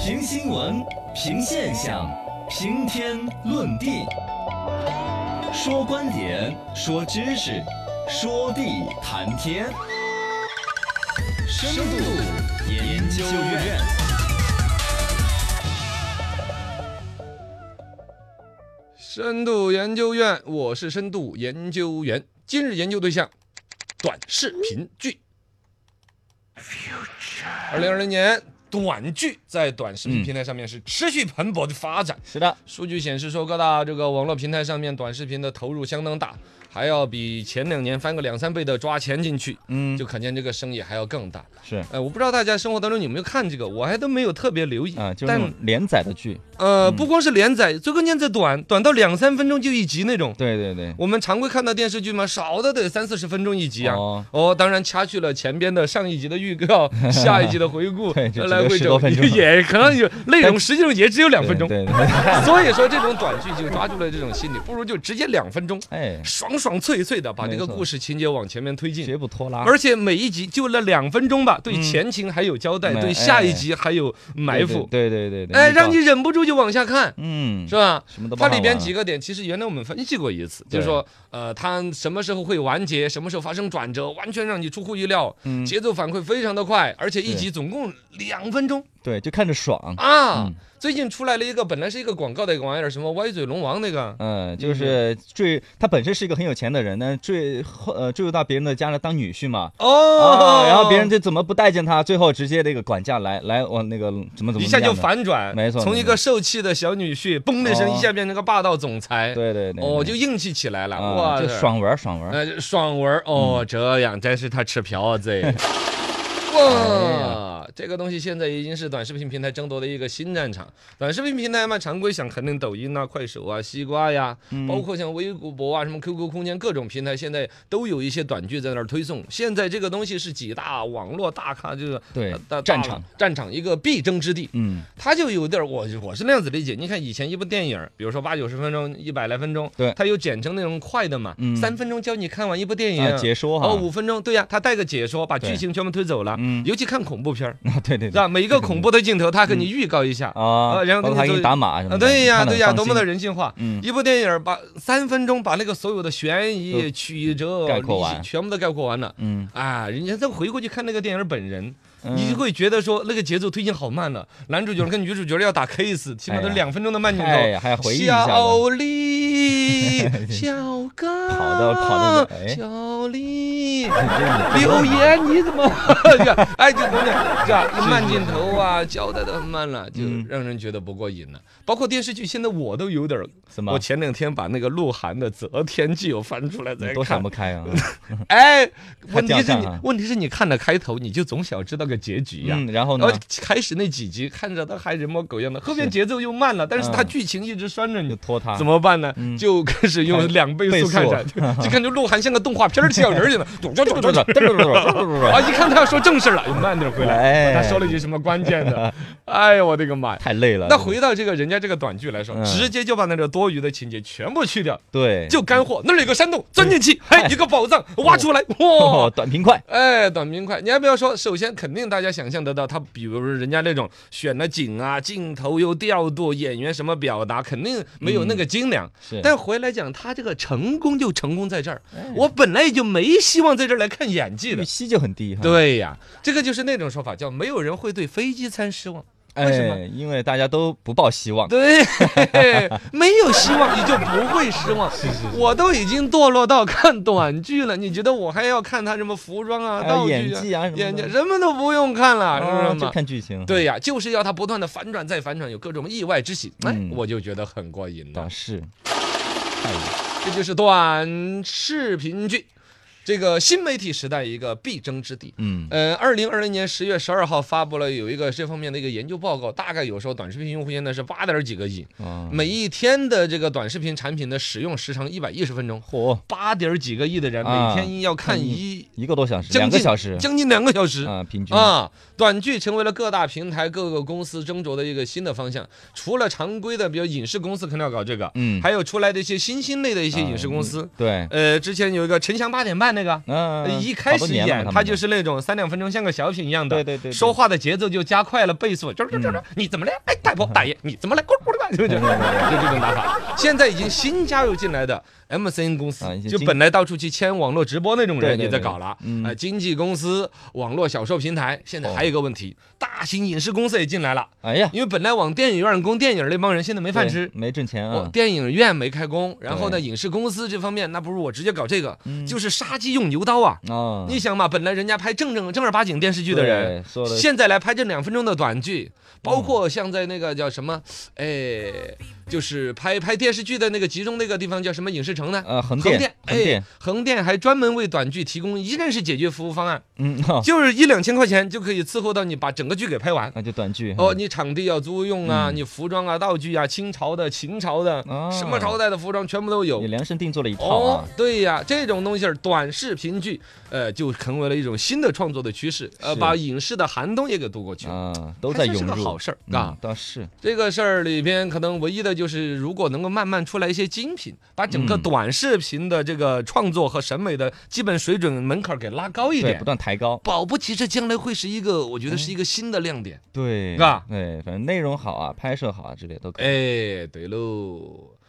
评新闻，评现象，评天论地，说观点，说知识，说地谈天。深度研究院。 深度研究院，我是深度研究员。今日研究对象：短视频剧。2020年，短剧在短视频平台上面是持续蓬勃的发展。 是的， 数据显示说，各大这个网络平台上面短视频的投入相当大，还要比前2年翻个2-3倍的抓钱进去，就可见这个生意还要更大。 是， 我不知道大家生活当中有没有看这个，我还都没有特别留意啊，就是那种连载的剧。 不光是连载，最关键在短到2-3分钟就一集那种。 对对对， 我们常规看到电视剧嘛，少的得30-40分钟一集啊。当然掐去了前边的上一集的预告，下一集的回顾，来回走也可能有内容，实际上也只有2分钟。 对， 所以说这种短剧就抓住了这种心理，不如就直接2分钟，爽爽脆脆的把这个故事情节往前面推进， 绝不拖拉。 而且每一集就那2分钟吧，对前情还有交代，对下一集还有埋伏。 对， 让你忍不住就往下看，是吧？它里边几个点，其实原来我们分析过一次，就是说，它什么时候会完结，什么时候发生转折，完全让你出乎意料，节奏反馈非常的快，而且一集总共2分钟， 对，就看着爽啊。最近出来了一个，本来是一个广告的一个玩意儿，什么歪嘴龙王那个， 就是他本身是一个很有钱的人，但是坠入到别人的家来当女婿嘛，然后别人就怎么不待见他，最后直接那个管家来我那个怎么一下就反转， 没错， 从一个受气的小女婿，嘣的一声一下变成个霸道总裁， 对， 就硬气起来了，哇， 就爽文， 这样真是他吃瓢子。哇，这个东西现在已经是短视频平台争夺的一个新战场。短视频平台嘛，常规想肯定抖音啊、快手啊、西瓜呀，包括像微博啊、什么 QQ 空间各种平台，现在都有一些短剧在那儿推送。现在这个东西是几大网络大咖这个战场一个必争之地。它就有点我是那样子理解。你看以前一部电影，比如说80-90分钟、100来分钟， 对， 它有剪成那种快的嘛，3分钟教你看完一部电影， 解说哈 ，5分钟，对呀，它带个解说，把剧情全部推走了。尤其看恐怖片对， 是吧？每一个恐怖的镜头，他给你预告一下然后给你打码什么的。 对呀，多么的人性化！一部电影把3分钟把那个所有的悬疑、曲折、 概括完， 全部都概括完了。人家再回过去看那个电影本人。你就会觉得说那个节奏推进好慢了，男主角跟女主角要打 case， 起码都2分钟的慢镜头， 还要回忆一下。 小李，小刚， 跑的， 小李，留言你怎么？就等等，是吧？慢镜头啊，交代的很慢了，就让人觉得不过瘾了。包括电视剧，现在我都有点什么？ 我前2天把那个鹿晗的《择天记》又翻出来再看， 都想不开啊！ 问题是你看了开头，你就总想知道个结局呀。 然后呢？ 开始那几集看着他还人模狗样的，后面节奏又慢了，但是他剧情一直拴着你， 就拖他， 怎么办呢？就开始用2倍速看着，就感觉鹿晗像个动画片小人似的，一看他要说正事了，慢点回来，他说了一句什么关键的？哎呀，我的个妈呀， 太累了。 那回到这个人家这个短剧来说，直接就把那个多余的情节全部去掉， 对， 就干货。那里有个山洞，钻进去，一个宝藏挖出来，哇， 短平快， 短平快。你还不要说，首先肯定大家想象得到，他比如人家那种选了景啊、镜头又调度、演员什么表达，肯定没有那个精良。但回来讲，他这个成功就成功在这儿。我本来也就没希望在这儿来看演技的， 预期就很低。 对呀，这个就是那种说法，叫没有人会对飞机餐失望。为什么？ 因为大家都不抱希望。 对，没有希望你就不会失望。是。我都已经堕落到看短剧了，你觉得我还要看他什么服装啊、道具啊、 演技啊什么都不用看了，是不是？ 就看剧情。 对呀，就是要他不断的反转再反转，有各种意外之喜，我就觉得很过瘾了。 是。 这就是短视频剧。这个新媒体时代一个必争之地。2020年10月12号发布了有一个这方面的一个研究报告，大概有时候短视频用户现在是8点几个亿，每一天的这个短视频产品的使用时长110分钟，8点几个亿的人每天要看一个多小时，2个小时， 将近2个小时平均短剧成为了各大平台各个公司争夺的一个新的方向。除了常规的，比如影视公司肯定要搞这个，还有出来的一些新兴类的一些影视公司。 对， 之前有一个陈翔8点半。 那个？一开好多始年了嘛他们演他就是那种3-2分钟像个小品一样的， 对说话的节奏就加快了倍速，你怎么了？哎，大婆大爷，你怎么了？咕噜咕噜吧，就这种打法。现在已经新加入进来的 MCN 公司，就本来到处去签网络直播那种人也在搞了，经纪公司、网络销售平台，现在还有一个问题，大型影视公司也进来了。哎呀，因为本来往电影院供电影那帮人现在没饭吃， 没挣钱啊， 电影院没开工，然后呢，影视公司这方面那不如我直接搞这个，就是杀鸡用牛刀啊。你想嘛，本来人家拍正儿八经电视剧的人，现在来拍这2分钟的短剧，包括像在那个叫什么，就是拍电视剧的那个集中那个地方叫什么影视城呢？横店还专门为短剧提供依然是解决服务方案，就是1-2千块钱就可以伺候到你把整个剧给拍完。 那就短剧你场地要租用啊，你服装啊、道具啊，清朝的、秦朝的，什么朝代的服装全部都有， 也量身定做了一套啊。 对呀，这种东西短视频剧，就成为了一种新的创作的趋势，把影视的寒冬也给渡过去都在涌入， 是个好事儿啊。 倒是这个事儿里边，可能唯一的就是，如果能够慢慢出来一些精品，把整个短视频的这个创作和审美的基本水准门槛给拉高一点， 不断抬高， 保不齐这将来会是一个，我觉得是一个新的亮点。 对， 啊， 对，反正内容好啊，拍摄好啊之类都可以。 对喽。